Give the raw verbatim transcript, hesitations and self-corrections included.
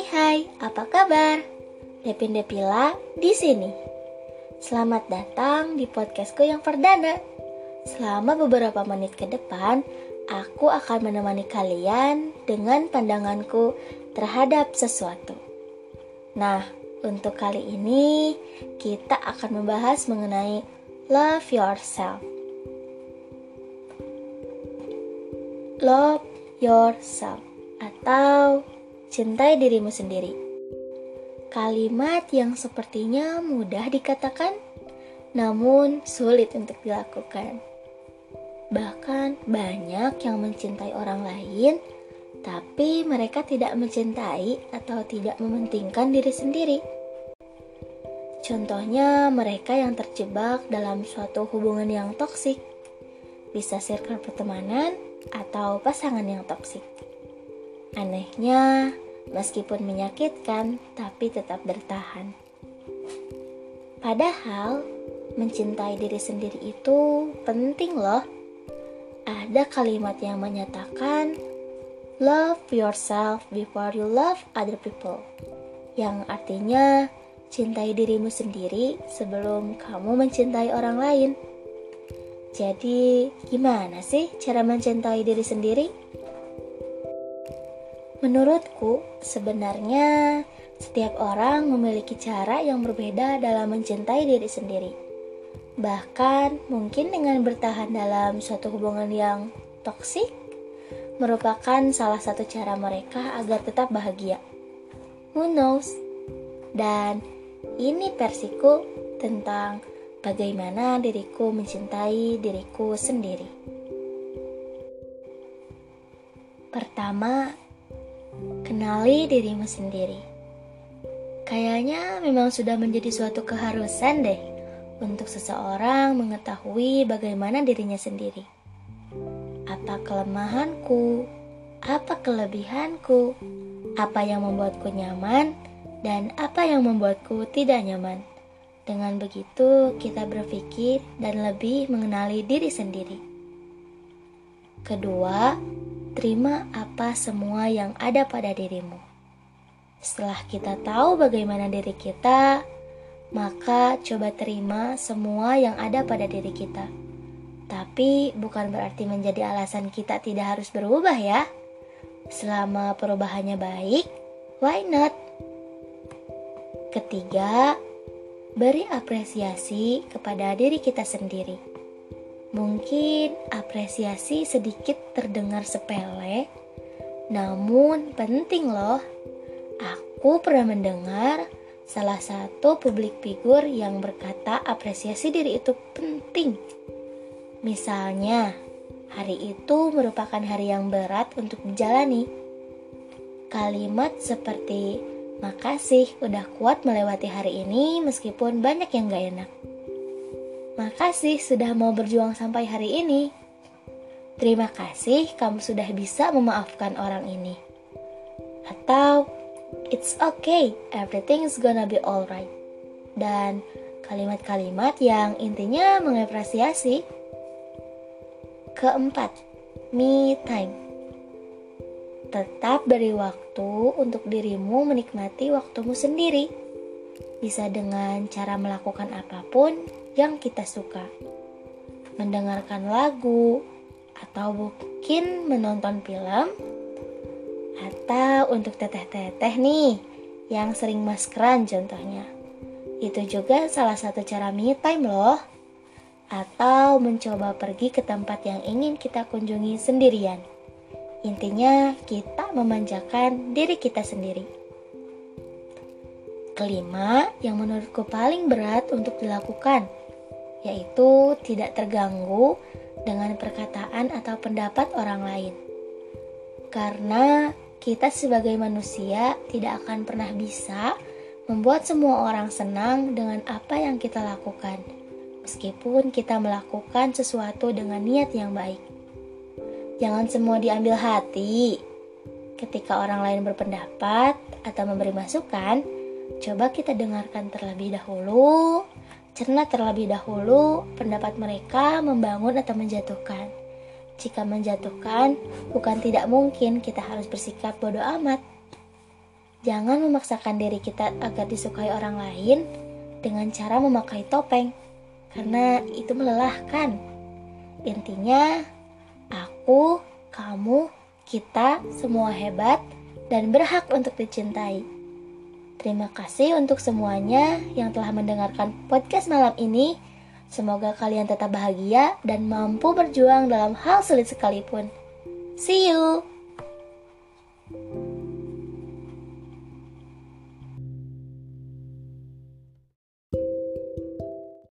Hai hai, apa kabar? Depin Depila di sini. Selamat datang di podcastku yang perdana. Selama beberapa menit ke depan, aku akan menemani kalian dengan pandanganku terhadap sesuatu. Nah, untuk kali ini kita akan membahas mengenai love yourself. Love yourself atau cintai dirimu sendiri. Kalimat yang sepertinya mudah dikatakan, namun sulit untuk dilakukan. Bahkan banyak yang mencintai orang lain, tapi mereka tidak mencintai atau tidak mementingkan diri sendiri. Contohnya mereka yang terjebak dalam suatu hubungan yang toksik, bisa circle pertemanan atau pasangan yang toksik. Anehnya, meskipun menyakitkan, tapi tetap bertahan. Padahal, mencintai diri sendiri itu penting loh. Ada kalimat yang menyatakan, love yourself before you love other people. Yang artinya, cintai dirimu sendiri sebelum kamu mencintai orang lain. Jadi, gimana sih cara mencintai diri sendiri? Menurutku, sebenarnya setiap orang memiliki cara yang berbeda dalam mencintai diri sendiri. Bahkan, mungkin dengan bertahan dalam suatu hubungan yang toksik merupakan salah satu cara mereka agar tetap bahagia. Who knows? Dan ini versiku tentang bagaimana diriku mencintai diriku sendiri. Pertama, kenali dirimu sendiri. Kayaknya memang sudah menjadi suatu keharusan deh untuk seseorang mengetahui bagaimana dirinya sendiri. Apa kelemahanku? Apa kelebihanku? Apa yang membuatku nyaman? Dan apa yang membuatku tidak nyaman? Dengan begitu, kita berpikir dan lebih mengenali diri sendiri. Kedua, terima apa semua yang ada pada dirimu. Setelah kita tahu bagaimana diri kita, maka coba terima semua yang ada pada diri kita. Tapi bukan berarti menjadi alasan kita tidak harus berubah ya. Selama perubahannya baik, why not? Ketiga, beri apresiasi kepada diri kita sendiri. Mungkin apresiasi sedikit terdengar sepele, namun penting loh. Aku pernah mendengar salah satu publik figur yang berkata apresiasi diri itu penting. Misalnya, hari itu merupakan hari yang berat untuk dijalani. Kalimat seperti makasih udah kuat melewati hari ini meskipun banyak yang gak enak. Makasih sudah mau berjuang sampai hari ini. Terima kasih kamu sudah bisa memaafkan orang ini. Atau, it's okay, everything is gonna be alright. Dan kalimat-kalimat yang intinya mengapresiasi. Keempat, me time. Tetap beri waktu untuk dirimu menikmati waktumu sendiri. Bisa dengan cara melakukan apapun yang kita suka. Mendengarkan lagu, atau mungkin menonton film, atau untuk teteh-teteh nih, yang sering maskeran contohnya. Itu juga salah satu cara me time loh. Atau mencoba pergi ke tempat yang ingin kita kunjungi sendirian. Intinya, kita memanjakan diri kita sendiri. Kelima, yang menurutku paling berat untuk dilakukan, yaitu tidak terganggu dengan perkataan atau pendapat orang lain. Karena kita sebagai manusia tidak akan pernah bisa membuat semua orang senang dengan apa yang kita lakukan, meskipun kita melakukan sesuatu dengan niat yang baik. Jangan semua diambil hati. Ketika orang lain berpendapat atau memberi masukan, coba kita dengarkan terlebih dahulu, cerna terlebih dahulu pendapat mereka membangun atau menjatuhkan. Jika menjatuhkan, bukan tidak mungkin kita harus bersikap bodoh amat. Jangan memaksakan diri kita agar disukai orang lain dengan cara memakai topeng, karena itu melelahkan. Intinya, aku, kamu, kita semua hebat dan berhak untuk dicintai. Terima kasih untuk semuanya yang telah mendengarkan podcast malam ini. Semoga kalian tetap bahagia dan mampu berjuang dalam hal sulit sekalipun. See you!